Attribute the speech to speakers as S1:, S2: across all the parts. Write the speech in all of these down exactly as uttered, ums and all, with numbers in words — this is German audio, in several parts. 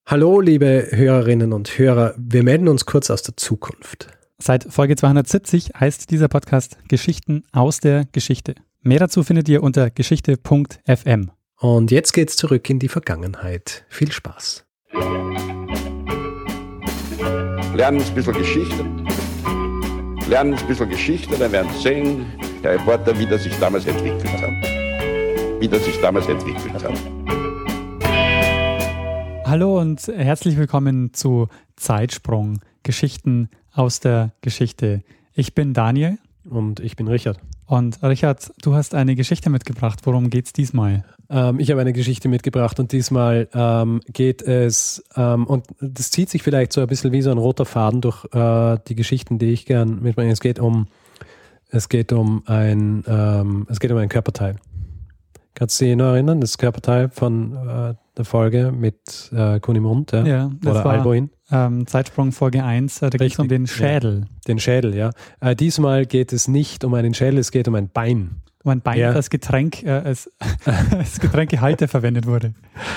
S1: Hallo, liebe Hörerinnen und Hörer, wir melden uns kurz aus der Zukunft.
S2: Seit Folge zweihundertsiebzig heißt dieser Podcast Geschichten aus der Geschichte. Mehr dazu findet ihr unter geschichte punkt f m.
S1: Und jetzt geht's zurück in die Vergangenheit. Viel Spaß.
S3: Lernen ein bisschen Geschichte. Lernen ein bisschen Geschichte, dann werden Sie sehen, Herr Reporter, wie das sich damals entwickelt hat. Wie das sich damals entwickelt hat.
S2: Hallo und herzlich willkommen zu Zeitsprung, Geschichten aus der Geschichte. Ich bin Daniel.
S1: Und ich bin Richard.
S2: Und Richard, du hast eine Geschichte mitgebracht. Worum geht's diesmal?
S1: Ähm, ich habe eine Geschichte mitgebracht und diesmal ähm, geht es, ähm, und das zieht sich vielleicht so ein bisschen wie so ein roter Faden durch äh, die Geschichten, die ich gern mitbringe. Es geht um, es geht um ein, ähm, es geht um ein Körperteil. Kannst du dich noch erinnern? Das Körperteil von äh, der Folge mit äh, Kunimund, ja?
S2: Ja, das
S1: Oder
S2: war
S1: Alboin.
S2: Ähm, Zeitsprung Folge eins, äh, da geht es um den Schädel.
S1: Ja, den Schädel, ja. Äh, diesmal geht es nicht um einen Schädel, es geht um ein Bein.
S2: Um ein Bein,
S1: ja.
S2: das als Getränk, äh, als, als Getränkehalter verwendet wurde.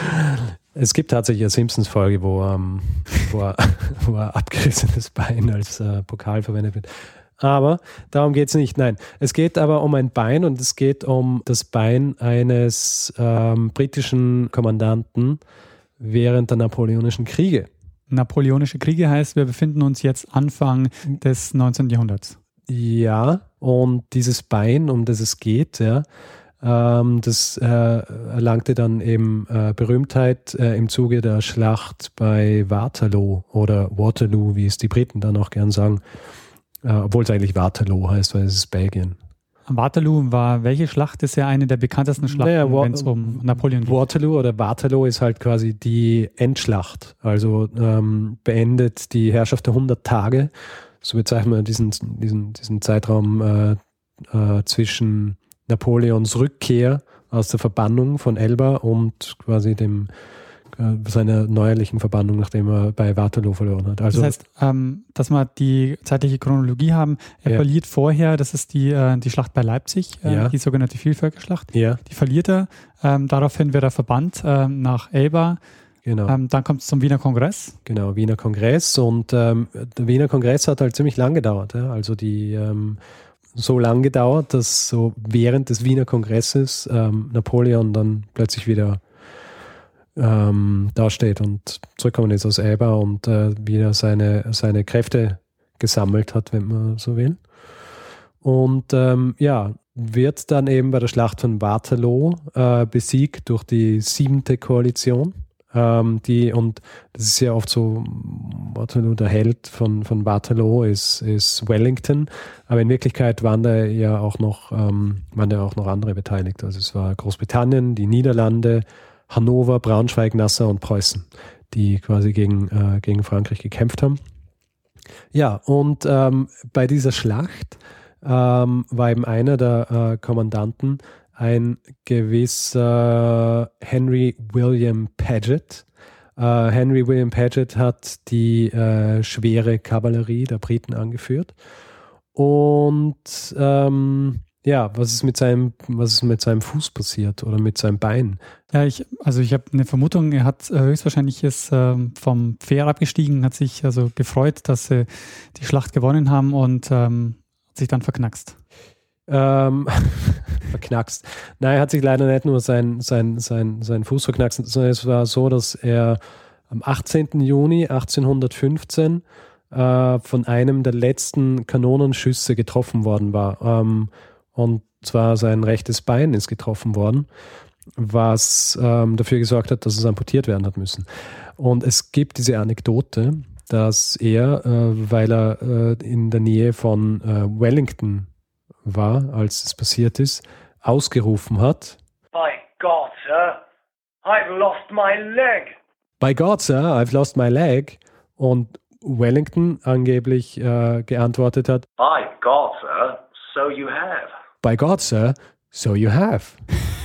S1: Es gibt tatsächlich eine Simpsons-Folge, wo, ähm, wo, wo ein abgerissenes Bein als äh, Pokal verwendet wird. Aber darum geht es nicht. Nein, es geht aber um ein Bein und es geht um das Bein eines ähm, britischen Kommandanten während der Napoleonischen Kriege.
S2: Napoleonische Kriege heißt, wir befinden uns jetzt Anfang des neunzehnten Jahrhunderts.
S1: Ja, und dieses Bein, um das es geht, ja, ähm, das äh, erlangte dann eben äh, Berühmtheit äh, im Zuge der Schlacht bei Waterloo oder Waterloo, wie es die Briten dann auch gern sagen. Uh, obwohl es eigentlich Waterloo heißt, weil es ist Belgien.
S2: Waterloo war welche Schlacht? Das ist ja eine der bekanntesten Schlachten, naja, wenn es um Napoleon geht.
S1: Waterloo oder Waterloo ist halt quasi die Endschlacht. Also ähm, beendet die Herrschaft der hundert Tage. So bezeichnet man diesen, diesen, diesen Zeitraum äh, äh, zwischen Napoleons Rückkehr aus der Verbannung von Elba und quasi dem seiner neuerlichen Verbannung, nachdem er bei Waterloo verloren hat. Also
S2: das heißt, ähm, dass wir die zeitliche Chronologie haben, er ja. verliert vorher, das ist die, äh, die Schlacht bei Leipzig, äh, ja. die sogenannte Vielvölkerschlacht.
S1: Ja.
S2: Die verliert er, ähm, daraufhin wird er verbannt äh, nach Elba.
S1: Genau.
S2: Ähm, dann kommt es zum Wiener Kongress.
S1: Genau, Wiener Kongress und ähm, der Wiener Kongress hat halt ziemlich lang gedauert. Ja? Also die ähm, so lang gedauert, dass so während des Wiener Kongresses ähm, Napoleon dann plötzlich wieder Ähm, dasteht und zurückgekommen ist aus Elba und äh, wieder seine, seine Kräfte gesammelt hat, wenn man so will. Und ähm, ja, wird dann eben bei der Schlacht von Waterloo äh, besiegt durch die siebente Koalition. Ähm, die, und das ist ja oft so, Waterloo, der Held von, von Waterloo ist, ist Wellington, aber in Wirklichkeit waren da ja auch noch, ähm, waren da auch noch andere beteiligt. Also es war Großbritannien, die Niederlande, Hannover, Braunschweig, Nassau und Preußen, die quasi gegen, äh, gegen Frankreich gekämpft haben. Ja, und ähm, bei dieser Schlacht ähm, war eben einer der äh, Kommandanten ein gewisser Henry William Paget. Äh, Henry William Paget hat die äh, schwere Kavallerie der Briten angeführt. Und ähm, ja, was ist mit seinem, was ist mit seinem Fuß passiert oder mit seinem Bein?
S2: Ja, ich, also ich habe eine Vermutung, er hat äh, höchstwahrscheinlich ist äh, vom Pferd abgestiegen, hat sich also gefreut, dass sie die Schlacht gewonnen haben und ähm, hat sich dann verknackst.
S1: Ähm, verknackst. Nein, er hat sich leider nicht nur sein, sein, sein, sein Fuß verknackst, sondern es war so, dass er am achtzehnten Juni achtzehnhundertfünfzehn äh, von einem der letzten Kanonenschüsse getroffen worden war. Ähm, Und zwar sein rechtes Bein ist getroffen worden, was ähm, dafür gesorgt hat, dass es amputiert werden hat müssen. Und es gibt diese Anekdote, dass er, äh, weil er äh, in der Nähe von äh, Wellington war, als es passiert ist, ausgerufen hat:
S4: By God, sir, I've lost my leg.
S1: By God, sir, I've lost my leg. Und Wellington angeblich äh, geantwortet hat:
S4: By God, sir, so you have.
S1: By God, sir, so you have.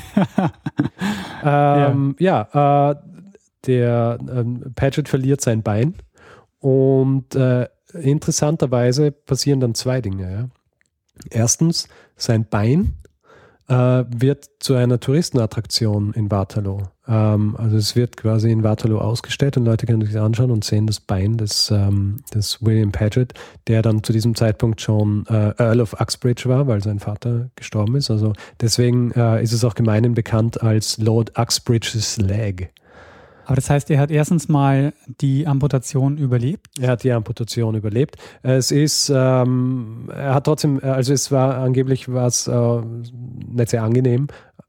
S1: ähm, ja, ja äh, der ähm, Paget verliert sein Bein und äh, interessanterweise passieren dann zwei Dinge. Ja. Erstens, sein Bein äh, wird zu einer Touristenattraktion in Waterloo. Ähm, also es wird quasi in Waterloo ausgestellt und Leute können sich das anschauen und sehen das Bein des, ähm, des William Paget, der dann zu diesem Zeitpunkt schon äh, Earl of Uxbridge war, weil sein Vater gestorben ist. Also deswegen äh, ist es auch gemeinhin bekannt als Lord Uxbridge's Leg.
S2: Aber das heißt, er hat erstens mal die Amputation überlebt?
S1: Er hat die Amputation überlebt. Es ist, ähm, er hat trotzdem, also es war angeblich was äh, nicht sehr angenehm,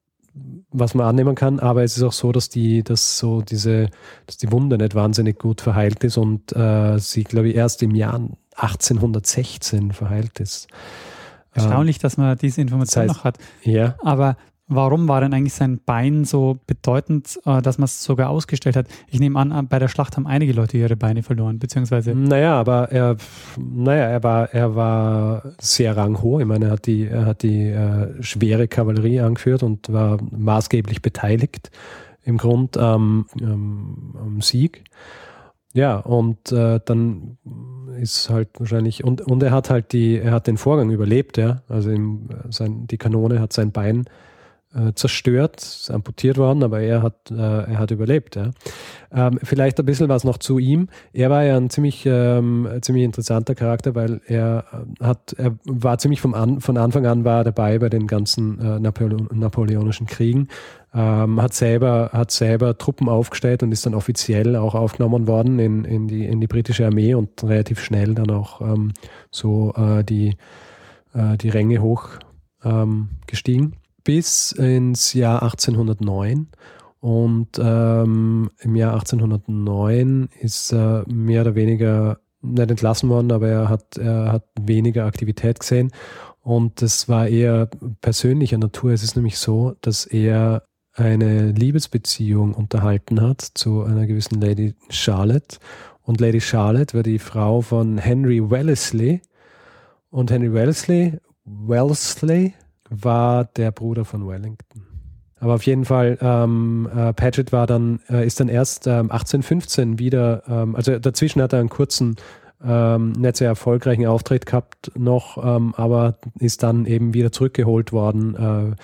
S1: was man annehmen kann, aber es ist auch so, dass die, dass so diese, dass die Wunde nicht wahnsinnig gut verheilt ist und äh, sie, glaube ich, erst im Jahr achtzehnhundertsechzehn verheilt ist.
S2: Erstaunlich, ähm, dass man diese Information
S1: das heißt,
S2: noch hat.
S1: Ja.
S2: Aber warum war denn eigentlich sein Bein so bedeutend, dass man es sogar ausgestellt hat? Ich nehme an, bei der Schlacht haben einige Leute ihre Beine verloren, beziehungsweise...
S1: Naja, aber er, naja, er war, er war sehr ranghoch. Ich meine, er hat die, er hat die äh, schwere Kavallerie angeführt und war maßgeblich beteiligt im Grund ähm, ähm, am Sieg. Ja, und äh, dann ist halt wahrscheinlich, und, und er hat halt die, er hat den Vorgang überlebt, ja. Also im, sein, die Kanone hat sein Bein zerstört, ist amputiert worden, aber er hat, äh, er hat überlebt. Ja. Ähm, vielleicht ein bisschen was noch zu ihm. Er war ja ein ziemlich, ähm, ziemlich interessanter Charakter, weil er hat, er war ziemlich vom an, von Anfang an war dabei bei den ganzen äh, Napoleon, napoleonischen Kriegen, ähm, hat selber, hat selber Truppen aufgestellt und ist dann offiziell auch aufgenommen worden in, in die, in die britische Armee und relativ schnell dann auch ähm, so äh, die, äh, die Ränge hoch ähm, gestiegen. Bis ins Jahr achtzehnhundertneun und ähm, im Jahr achtzehnhundertneun ist er mehr oder weniger nicht entlassen worden, aber er hat, er hat weniger Aktivität gesehen und das war eher persönlicher Natur. Es ist nämlich so, dass er eine Liebesbeziehung unterhalten hat zu einer gewissen Lady Charlotte und Lady Charlotte war die Frau von Henry Wellesley und Henry Wellesley, Wellesley war der Bruder von Wellington. Aber auf jeden Fall, ähm, äh, Paget war dann, äh, ist dann erst ähm, achtzehnhundertfünfzehn wieder, ähm, also dazwischen hat er einen kurzen, ähm, nicht sehr erfolgreichen Auftritt gehabt noch, ähm, aber ist dann eben wieder zurückgeholt worden, äh,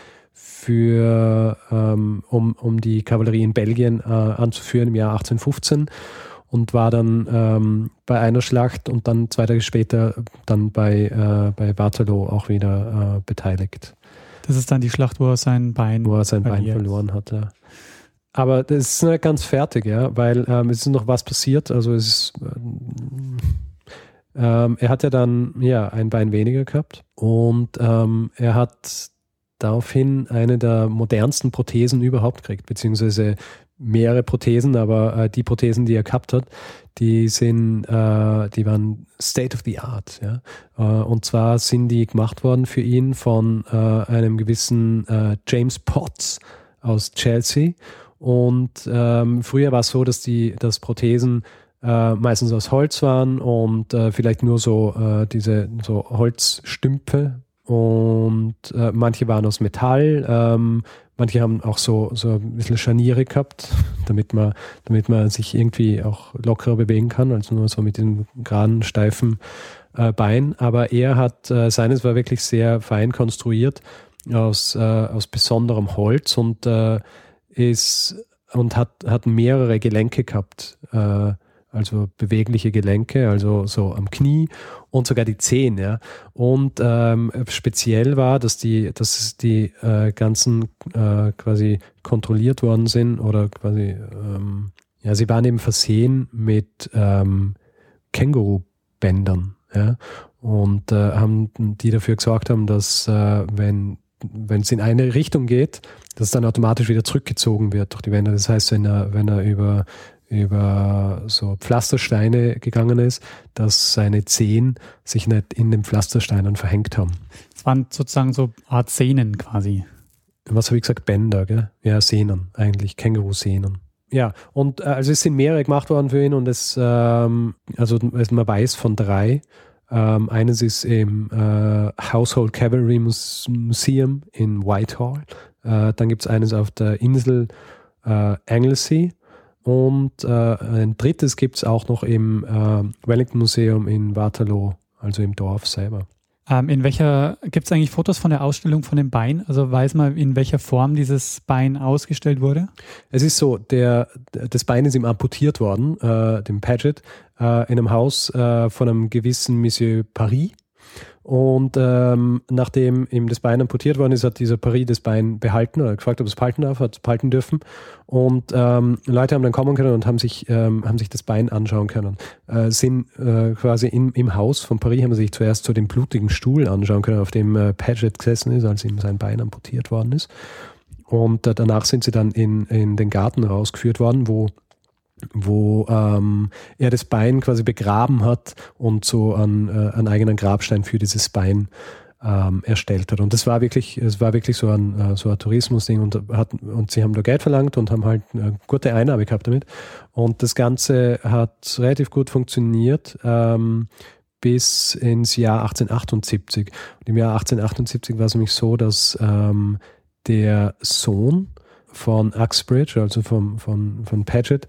S1: für, ähm, um, um die Kavallerie in Belgien äh, anzuführen im Jahr achtzehnhundertfünfzehn. Und war dann ähm, bei einer Schlacht und dann zwei Tage später dann bei, äh, bei Waterloo auch wieder äh, beteiligt.
S2: Das ist dann die Schlacht, wo er sein Bein,
S1: wo er sein Bein verloren hat. Ja. Aber das ist nicht ganz fertig, ja, weil ähm, es ist noch was passiert. Also es ist, ähm, er hat ja dann ja ein Bein weniger gehabt und ähm, er hat daraufhin eine der modernsten Prothesen überhaupt gekriegt, beziehungsweise mehrere Prothesen, aber äh, die Prothesen, die er gehabt hat, die sind, äh, die waren State of the Art. Ja? Äh, und zwar sind die gemacht worden für ihn von äh, einem gewissen äh, James Potts aus Chelsea. Und ähm, früher war es so, dass die, dass Prothesen äh, meistens aus Holz waren und äh, vielleicht nur so äh, diese so Holzstümpfe. Und äh, manche waren aus Metall, ähm, manche haben auch so, so ein bisschen Scharniere gehabt, damit man, damit man sich irgendwie auch lockerer bewegen kann, also nur so mit dem geraden, steifen äh, Bein. Aber er hat, äh, seines war wirklich sehr fein konstruiert aus, äh, aus besonderem Holz und äh, ist und hat, hat mehrere Gelenke gehabt, äh, also bewegliche Gelenke, also so am Knie und sogar die Zehen, ja. Und ähm, speziell war, dass die, dass die äh, ganzen äh, quasi kontrolliert worden sind oder quasi, ähm, ja, sie waren eben versehen mit ähm, Kängurubändern, ja. Und äh, haben die dafür gesorgt haben, dass äh, wenn wenn es in eine Richtung geht, dass es dann automatisch wieder zurückgezogen wird durch die Wände. Das heißt, wenn er, wenn er über über so Pflastersteine gegangen ist, dass seine Zehen sich nicht in den Pflastersteinen verhängt haben.
S2: Es waren sozusagen so Art Sehnen quasi.
S1: Was habe ich gesagt? Bänder, gell? Ja, Sehnen eigentlich, Känguru-Sehnen. Ja, und äh, also es sind mehrere gemacht worden für ihn und es, ähm, also man weiß von drei. Ähm, eines ist im äh, Household Cavalry Museum in Whitehall. Äh, dann gibt es eines auf der Insel äh, Anglesey. Und äh, ein drittes gibt es auch noch im äh, Wellington Museum in Waterloo, also im Dorf selber.
S2: Ähm, in welcher, gibt es eigentlich Fotos von der Ausstellung von dem Bein? Also weiß man, in welcher Form dieses Bein ausgestellt wurde?
S1: Es ist so, der, das Bein ist ihm amputiert worden, äh, dem Paget, äh, in einem Haus äh, von einem gewissen Monsieur Paris. Und ähm, nachdem ihm das Bein amputiert worden ist, hat dieser Paris das Bein behalten oder gefragt, ob es behalten darf, hat es behalten dürfen. Und ähm, Leute haben dann kommen können und haben sich, ähm, haben sich das Bein anschauen können. Äh, sind äh, quasi in, im Haus von Paris, haben sie sich zuerst so den blutigen Stuhl anschauen können, auf dem äh, Paget gesessen ist, als ihm sein Bein amputiert worden ist. Und äh, danach sind sie dann in, in den Garten rausgeführt worden, wo wo ähm, er das Bein quasi begraben hat und so einen, äh, einen eigenen Grabstein für dieses Bein ähm, erstellt hat. Und das war wirklich, es war wirklich so ein, äh, so ein Tourismusding und, hat, und sie haben da Geld verlangt und haben halt eine gute Einnahme gehabt damit. Und das Ganze hat relativ gut funktioniert ähm, bis ins Jahr achtzehnhundertachtundsiebzig. Und im Jahr achtzehnhundertachtundsiebzig war es nämlich so, dass ähm, der Sohn von Uxbridge, also vom, von, von Paget,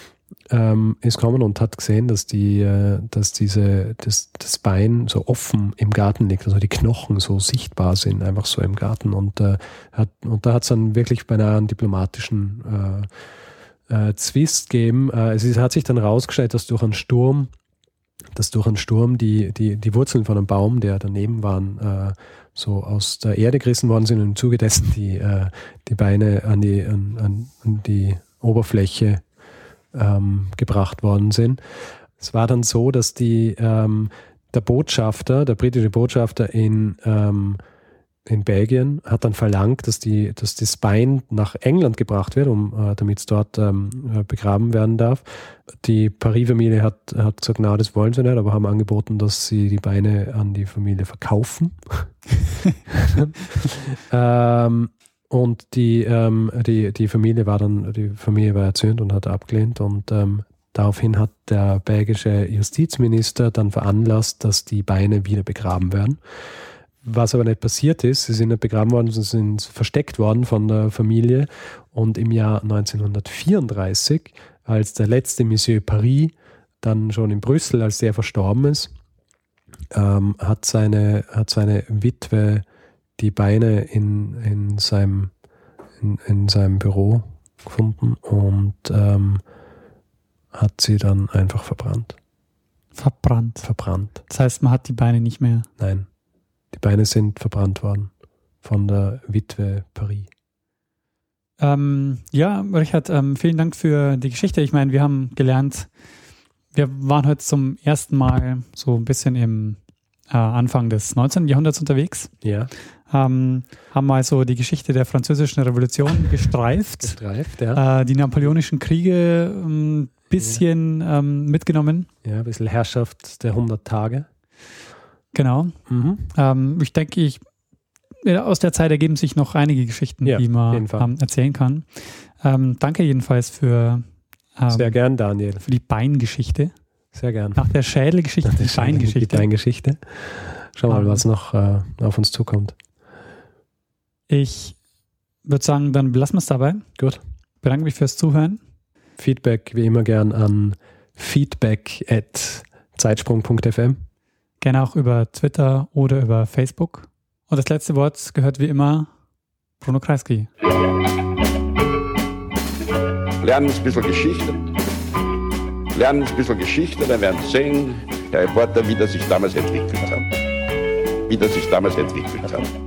S1: ähm, ist gekommen und hat gesehen, dass die, äh, dass diese, das, das Bein so offen im Garten liegt, also die Knochen so sichtbar sind, einfach so im Garten. Und, äh, hat, und da hat es dann wirklich beinahe einen diplomatischen äh, äh, Zwist gegeben. Äh, es ist, hat sich dann rausgestellt, dass durch einen Sturm, dass durch einen Sturm die, die, die Wurzeln von einem Baum, der daneben waren, äh, so aus der Erde gerissen worden sind und im Zuge dessen die, äh, die Beine an die, an, an die Oberfläche ähm, gebracht worden sind. Es war dann so, dass die, ähm, der Botschafter, der britische Botschafter in, ähm, in Belgien hat dann verlangt, dass, die, dass das Bein nach England gebracht wird, um, äh, damit es dort ähm, begraben werden darf. Die Paris-Familie hat, hat gesagt, na, das wollen sie nicht, aber haben angeboten, dass sie die Beine an die Familie verkaufen. ähm, und die, ähm, die, die Familie war dann, die Familie war erzürnt und hat abgelehnt und ähm, daraufhin hat der belgische Justizminister dann veranlasst, dass die Beine wieder begraben werden. Was aber nicht passiert ist, sie sind nicht begraben worden, sie sind versteckt worden von der Familie. Und im Jahr neunzehnhundertvierunddreißig, als der letzte Monsieur Paris dann schon in Brüssel, als der verstorben ist, ähm, hat, seine, hat seine Witwe die Beine in, in, seinem, in, in seinem Büro gefunden und ähm, hat sie dann einfach verbrannt.
S2: Verbrannt.
S1: Verbrannt.
S2: Das heißt, man hat die Beine nicht mehr.
S1: Nein. Die Beine sind verbrannt worden von der Witwe Paris.
S2: Ähm, ja, Richard, ähm, vielen Dank für die Geschichte. Ich meine, wir haben gelernt, wir waren heute zum ersten Mal so ein bisschen im äh, Anfang des neunzehnten. Jahrhunderts unterwegs.
S1: Ja.
S2: Ähm, haben mal so die Geschichte der Französischen Revolution gestreift.
S1: Gestreift, ja.
S2: Äh, die napoleonischen Kriege ein bisschen ja. ähm, mitgenommen.
S1: Ja, ein bisschen Herrschaft der hundert Tage.
S2: Genau. Mhm. Ähm, ich denke, ich, aus der Zeit ergeben sich noch einige Geschichten, ja, die man ähm, erzählen kann. Ähm, danke jedenfalls für, ähm,
S1: Sehr gern, Daniel.
S2: für die Beingeschichte.
S1: Sehr gern.
S2: Nach der Schädelgeschichte,
S1: Nach der
S2: die Beingeschichte.
S1: Die Beingeschichte. Schau mal, um, was noch äh, auf uns zukommt.
S2: Ich würde sagen, dann belassen wir es dabei.
S1: Gut.
S2: Bedanke mich fürs Zuhören.
S1: Feedback wie immer gern an feedback at zeitsprung punkt f m.
S2: Gerne auch über Twitter oder über Facebook. Und das letzte Wort gehört wie immer Bruno Kreisky.
S3: Lernen ein bisschen Geschichte. Lernen ein bisschen Geschichte, dann werden Sie sehen, der Reporter, wie das sich damals entwickelt hat. Wie das sich damals entwickelt hat.